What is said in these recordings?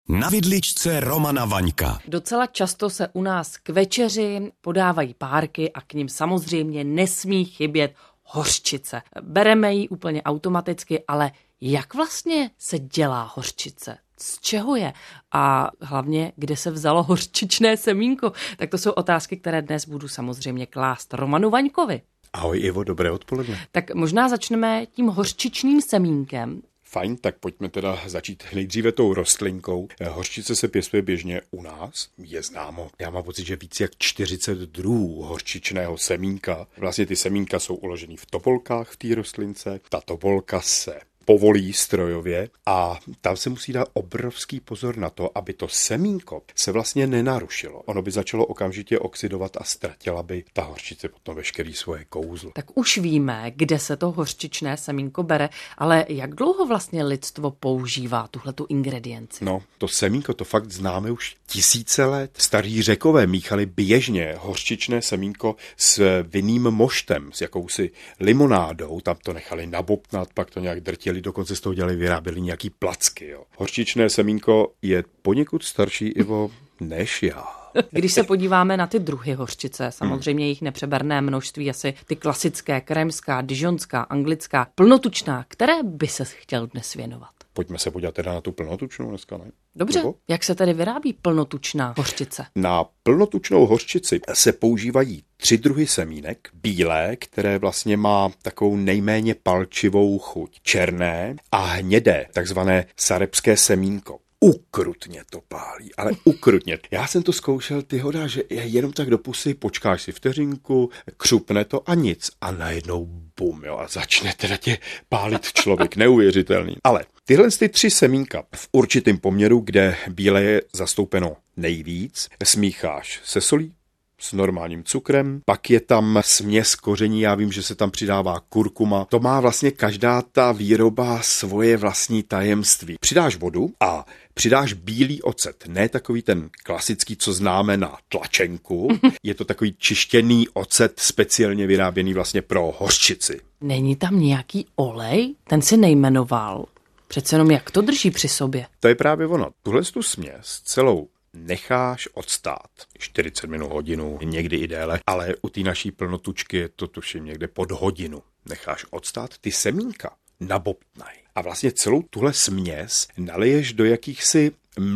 Na vidličce Romana Vaňka. Docela často se u nás k večeři podávají párky a k nim samozřejmě nesmí chybět hořčice. Bereme ji úplně automaticky, ale jak vlastně se dělá hořčice? Z čeho je? A hlavně, kde se vzalo hořčičné semínko? Tak to jsou otázky, které dnes budu samozřejmě klást Romanu Vaňkovi. Ahoj Ivo, dobré odpoledne. Tak možná začneme tím hořčičným semínkem. Fajn, tak pojďme teda začít nejdříve tou rostlinkou. Hořčice se pěstuje běžně u nás, je známo. Já mám pocit, že víc jak 40 druhů hořčičného semínka. Vlastně ty semínka jsou uložený v tobolkách v té rostlince. Ta tobolka se povolí strojově a tam se musí dát obrovský pozor na to, aby to semínko se vlastně nenarušilo. Ono by začalo okamžitě oxidovat a ztratila by ta hořčice potom veškerý svoje kouzlo. Tak už víme, kde se to hořčičné semínko bere, ale jak dlouho vlastně lidstvo používá tuhletu ingredienci? No, to semínko, to fakt známe už tisíce let. Staří Řekové míchali běžně hořčičné semínko s vinným moštem, s jakousi limonádou, tam to nechali nabobtnat, pak to nějak drtili, dokonce z toho vyráběli nějaký placky. Jo. Hořčičné semínko je poněkud starší, Ivo, než já. Když se podíváme na ty druhy hořčice, samozřejmě jich nepřeberné množství, asi ty klasické, krémská, dižonská, anglická, plnotučná, které by se chtěl dnes věnovat? Pojďme se podívat teda na tu plnotučnou dneska, ne? Dobře, jak se tedy vyrábí plnotučná hořčice? Na plnotučnou hořčici se používají 3 druhy semínek. Bílé, které vlastně má takovou nejméně palčivou chuť. Černé a hnědé, takzvané sarepské semínko. Ukrutně to pálí, ale ukrutně. Já jsem to zkoušel, ty hoda, že jenom tak do pusy, počkáš si vteřinku, křupne to a nic. A najednou bum, jo, a začne teda tě pálit člověk, neuvěřitelný. Ale tyhle 3 semínka v určitém poměru, kde bílé je zastoupeno nejvíc, smícháš se solí, s normálním cukrem, pak je tam směs koření, já vím, že se tam přidává kurkuma. To má vlastně každá ta výroba svoje vlastní tajemství. Přidáš vodu a přidáš bílý ocet, ne takový ten klasický, co známe na tlačenku. Je to takový čištěný ocet, speciálně vyráběný vlastně pro hořčici. Není tam nějaký olej? Ten si nejmenoval. Přece jenom jak to drží při sobě? To je právě ono. Tuhle tu směs celou necháš odstát 40 minut, hodinu, někdy i déle, ale u té naší plnotučky je to tuším někde pod hodinu. Necháš odstát, ty semínka nabobtnaj. A vlastně celou tuhle směs naliješ do jakýchsi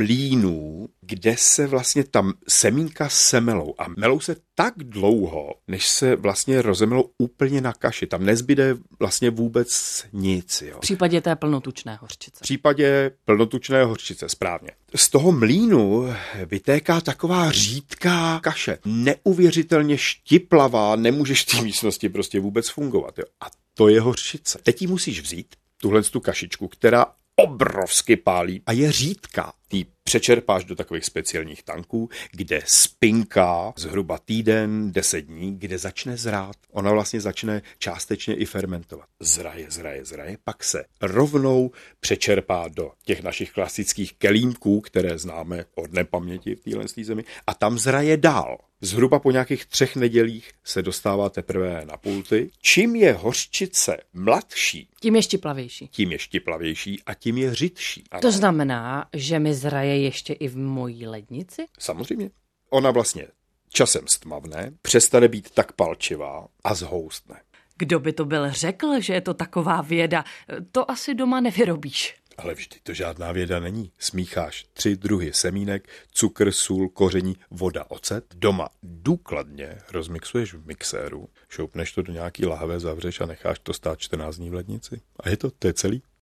mlýnů, kde se vlastně tam semínka semelou a melou se tak dlouho, než se vlastně rozemelou úplně na kaši. Tam nezbyde vlastně vůbec nic. Jo. V případě té plnotučné hořčice. V případě plnotučné hořčice, správně. Z toho mlýnu vytéká taková řídká kaše. Neuvěřitelně štiplavá, nemůžeš v té místnosti prostě vůbec fungovat. Jo. A to je hořčice. Teď ji musíš vzít, tuhle tu kašičku, která obrovsky pálí a je řídká. Ty přečerpáš do takových speciálních tanků, kde spinká zhruba týden, 10 dní, kde začne zrát. Ona vlastně začne částečně i fermentovat. Zraje, pak se rovnou přečerpá do těch našich klasických kelímků, které známe od nepaměti v téhle zemi, a tam zraje dál. Zhruba po nějakých 3 nedělích se dostává teprve na pulty. Čím je hořčice mladší, tím je štiplavější. Tím je štiplavější a tím je řidší. To znamená, že mi zraje ještě i v mojí lednici? Samozřejmě. Ona vlastně časem stmavne, přestane být tak palčivá a zhoustne. Kdo by to byl řekl, že je to taková věda? To asi doma nevyrobíš. Ale vždy to žádná věda není. Smícháš 3 druhy semínek, cukr, sůl, koření, voda, ocet. Doma důkladně rozmixuješ v mixéru, šoupneš to do nějaký lahve, zavřeš a necháš to stát 14 dní v lednici. A je to je celý.